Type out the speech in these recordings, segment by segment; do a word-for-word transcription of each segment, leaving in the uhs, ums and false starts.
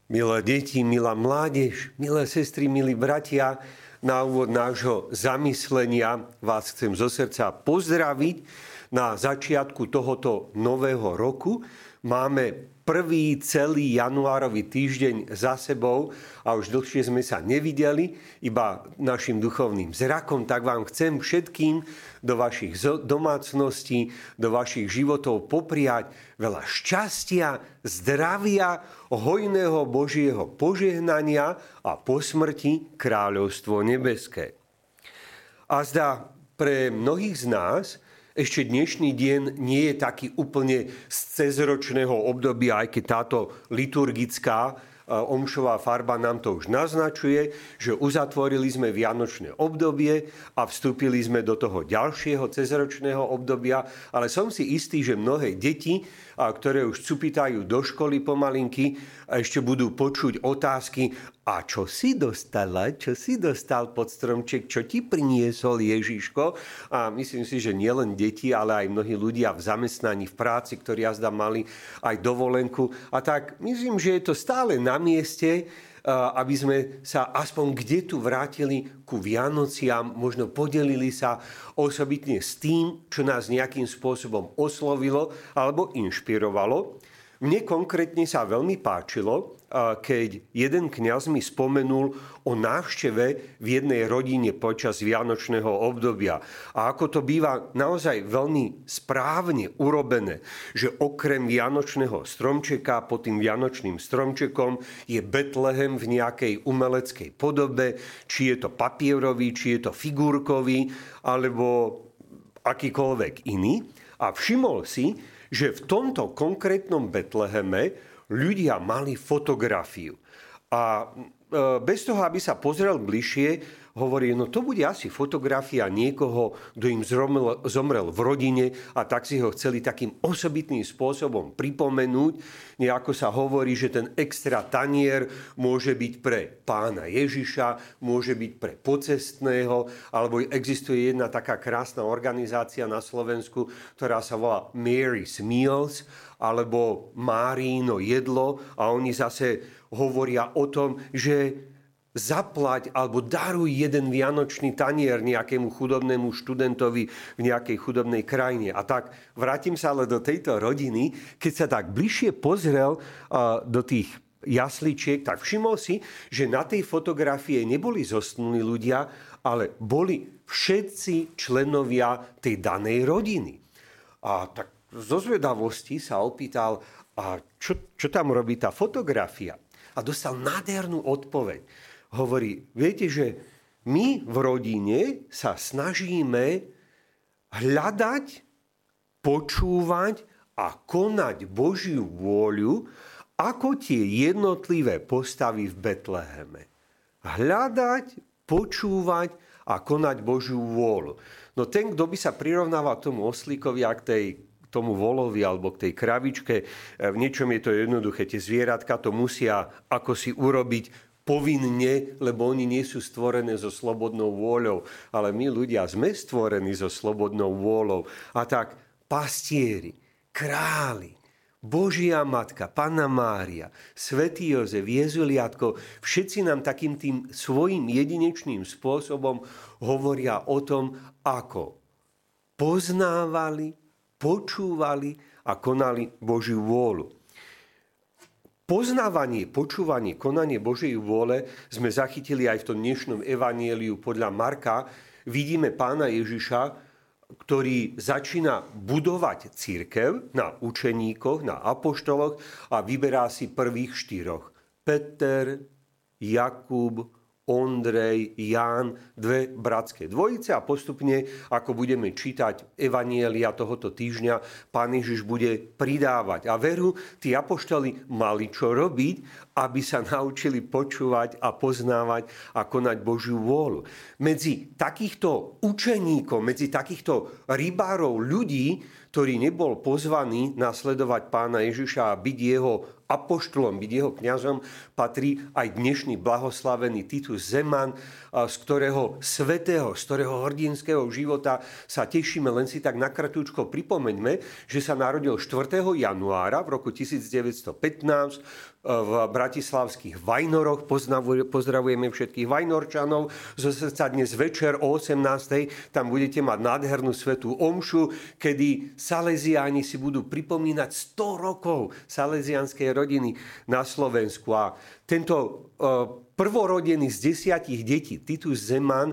Milé deti, milá mládež, milé sestry, milí bratia, na úvod nášho zamyslenia vás chcem zo srdca pozdraviť. Na začiatku tohoto nového roku máme prvý celý januárový týždeň za sebou a už dlhšie sme sa nevideli, iba našim duchovným zrakom, tak vám chcem všetkým do vašich domácností, do vašich životov popriať veľa šťastia, zdravia, hojného Božieho požehnania a po smrti kráľovstvo nebeské. A zdá pre mnohých z nás ešte dnešný deň nie je taký úplne z cezročného obdobia, aj keď táto liturgická omšová farba nám to už naznačuje, že uzatvorili sme vianočné obdobie a vstúpili sme do toho ďalšieho cezročného obdobia, ale som si istý, že mnohé deti, ktoré už cupitajú do školy pomalinky, ešte budú počuť otázky: a čo si dostala, čo si dostal pod stromček, čo ti priniesol Ježiško? A myslím si, že nielen deti, ale aj mnohí ľudia v zamestnaní, v práci, ktorí jazda mali aj dovolenku. A tak myslím, že je to stále na mieste, aby sme sa aspoň kde tu vrátili ku Vianociam, možno podelili sa osobitne s tým, čo nás nejakým spôsobom oslovilo alebo inšpirovalo. Mne konkrétne sa veľmi páčilo, keď jeden kňaz mi spomenul o návšteve v jednej rodine počas vianočného obdobia. A ako to býva naozaj veľmi správne urobené, že okrem vianočného stromčeka, pod tým vianočným stromčekom je Betlehem v nejakej umeleckej podobe, či je to papierový, či je to figurkový, alebo akýkoľvek iný. A všimol si, že v tomto konkrétnom Betleheme ľudia mali fotografiu. A bez toho, aby sa pozrel bližšie, hovorí, no to bude asi fotografia niekoho, kto im zomrel, zomrel v rodine a tak si ho chceli takým osobitným spôsobom pripomenúť. Nejako sa hovorí, že ten extra tanier môže byť pre pána Ježiša, môže byť pre pocestného, alebo existuje jedna taká krásna organizácia na Slovensku, ktorá sa volá Mary's Meals, alebo Márino jedlo, a oni zase hovoria o tom, že zaplať alebo daruj jeden vianočný tanier nejakému chudobnému študentovi v nejakej chudobnej krajine. A tak vrátim sa ale do tejto rodiny. Keď sa tak bližšie pozrel uh, do tých jasličiek, tak všimol si, že na tej fotografii neboli zosnulí ľudia, ale boli všetci členovia tej danej rodiny. A tak zo zvedavosti sa opýtal, a čo, čo tam robí tá fotografia? A dostal nádhernú odpoveď. Hovorí, viete, že my v rodine sa snažíme hľadať, počúvať a konať Božiu vôľu ako tie jednotlivé postavy v Betleheme. Hľadať, počúvať a konať Božiu vôľu. No ten, kto by sa prirovnával k tomu oslíkovi a k tej tomu volovi alebo k tej kravičke, v niečom je to jednoduché. Tie zvieratka to musia ako si urobiť povinne, lebo oni nie sú stvorené so slobodnou vôľou. Ale my ľudia sme stvorení so slobodnou vôľou. A tak pastieri, králi, Božia matka, Panna Mária, svätý Jozef, Jezuliatko, všetci nám takým tým svojím jedinečným spôsobom hovoria o tom, ako poznávali, počúvali a konali Božiu vôľu. Poznávanie, počúvanie, konanie Božej vôle sme zachytili aj v tom dnešnom evanjeliu podľa Marka. Vidíme pána Ježiša, ktorý začína budovať cirkev na učeníkoch, na apoštoloch a vyberá si prvých štyroch. Peter, Jakub, Ondrej, Ján, dve bratské dvojice, a postupne, ako budeme čítať evanjelia tohoto týždňa, Pán Ježiš bude pridávať. A veru, tí apoštoli mali čo robiť, aby sa naučili počúvať a poznávať a konať Božiu vôľu. Medzi takýchto učeníkov, medzi takýchto rybárov ľudí ktorý nebol pozvaný nasledovať pána Ježiša a byť jeho apoštolom, byť jeho kňazom, patrí aj dnešný blahoslavený Titus Zeman, z ktorého svätého, z ktorého hrdinského života sa tešíme. Len si tak nakratučko pripomeňme, že sa narodil štvrtého januára v roku tisícdeväťstopätnásť v bratislavských Vajnoroch. Pozdravujeme všetkých Vajnorčanov. Zo srdca dnes večer o osemnástej tam budete mať nádhernú svätú omšu, kedy Salesiáni si budú pripomínať sto rokov salesianskej rodiny na Slovensku. A tento prvorodený z desiatich detí, Titus Zeman,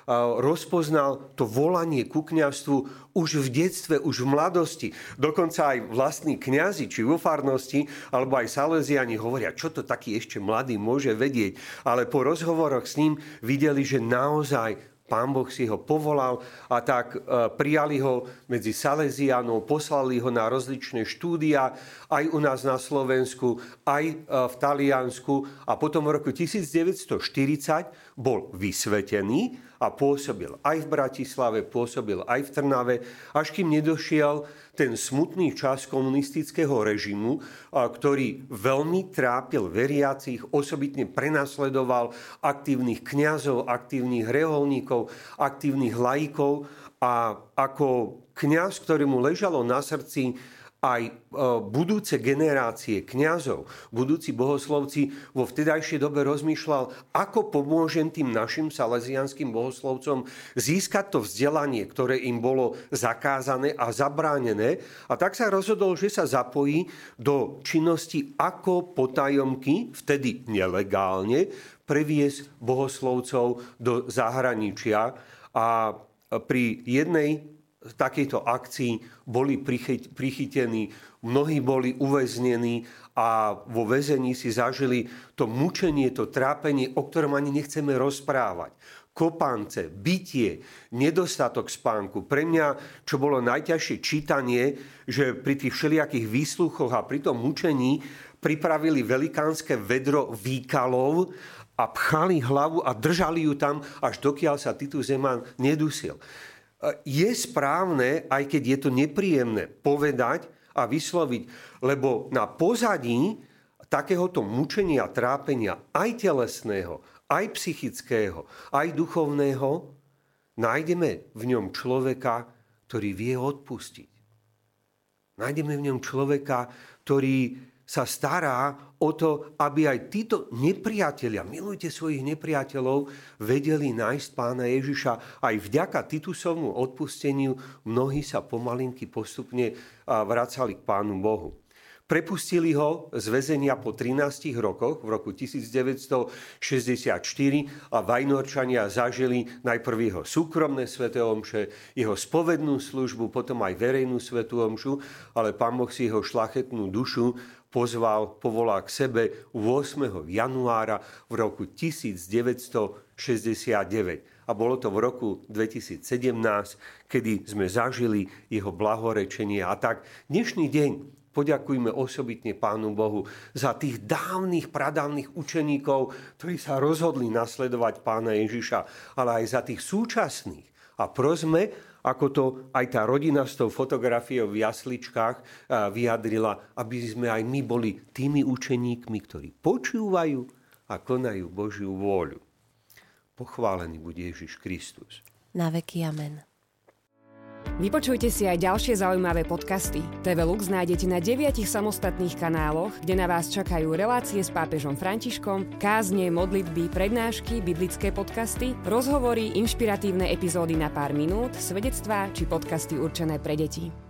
rozpoznal to volanie ku kňazstvu už v detstve, už v mladosti. Dokonca aj vlastní kňazi, či vo farnosti, alebo aj salesiani hovoria, čo to taký ešte mladý môže vedieť. Ale po rozhovoroch s ním videli, že naozaj Pán Boh si ho povolal a tak e, prijali ho medzi Salesiánov, poslali ho na rozličné štúdia, aj u nás na Slovensku, aj e, v Taliansku. A potom v roku tisícdeväťstoštyridsať bol vysvetený a pôsobil aj v Bratislave, pôsobil aj v Trnave, až kým nedošiel ten smutný čas komunistického režimu, ktorý veľmi trápil veriacich, osobitne prenasledoval aktívnych kňazov, aktívnych reholníkov, aktívnych laikov a ako kňaz, ktorému ležalo na srdci aj budúce generácie kňazov, budúci bohoslovci vo vtedajšej dobe rozmýšľal, ako pomôžem tým našim salesianským bohoslovcom získať to vzdelanie, ktoré im bolo zakázané a zabránené. A tak sa rozhodol, že sa zapojí do činnosti ako potajomky, vtedy nelegálne, previesť bohoslovcov do zahraničia. A pri jednej v takejto akcii boli prichytení, mnohí boli uväznení a vo väzení si zažili to mučenie, to trápenie, o ktorom ani nechceme rozprávať. Kopance, bitie, nedostatok spánku. Pre mňa, čo bolo najťažšie čítanie, že pri tých všelijakých výsluchoch a pri tom mučení pripravili velikánske vedro výkalov a pchali hlavu a držali ju tam, až dokiaľ sa Titus Zeman nedusil. Je správne, aj keď je to nepríjemné, povedať a vysloviť, lebo na pozadí takéhoto mučenia, trápenia, aj telesného, aj psychického, aj duchovného, nájdeme v ňom človeka, ktorý vie odpustiť. Nájdeme v ňom človeka, ktorý sa stará o to, aby aj títo nepriatelia, milujte svojich nepriateľov, vedeli nájsť pána Ježiša. Aj vďaka Titusovmu odpusteniu mnohí sa pomalinky postupne vracali k pánu Bohu. Prepustili ho z väzenia po trinástich rokoch v roku tisícdeväťstošesťdesiatštyri a Vajnorčania zažili najprv jeho súkromné sväté omše, jeho spovednú službu, potom aj verejnú svätú omšu, ale Pán Boh si jeho šľachetnú dušu pozval, povolal k sebe ôsmeho januára v roku tisícdeväťstošesťdesiatdeväť. A bolo to v roku dvetisícsedemnásť, kedy sme zažili jeho blahorečenie. A tak dnešný deň poďakujme osobitne Pánu Bohu za tých dávnych, pradávnych učeníkov, ktorí sa rozhodli nasledovať Pána Ježiša, ale aj za tých súčasných. A prosme, ako to aj tá rodina s tou fotografiou v jasličkách vyjadrila, aby sme aj my boli tými učeníkmi, ktorí počúvajú a konajú Božiu vôľu. Pochválený buď Ježiš Kristus. Na veky amen. Vypočujte si aj ďalšie zaujímavé podcasty. té vé Lux nájdete na deviatich samostatných kanáloch, kde na vás čakajú relácie s pápežom Františkom, kázne, modlitby, prednášky, biblické podcasty, rozhovory, inšpiratívne epizódy na pár minút, svedectvá či podcasty určené pre deti.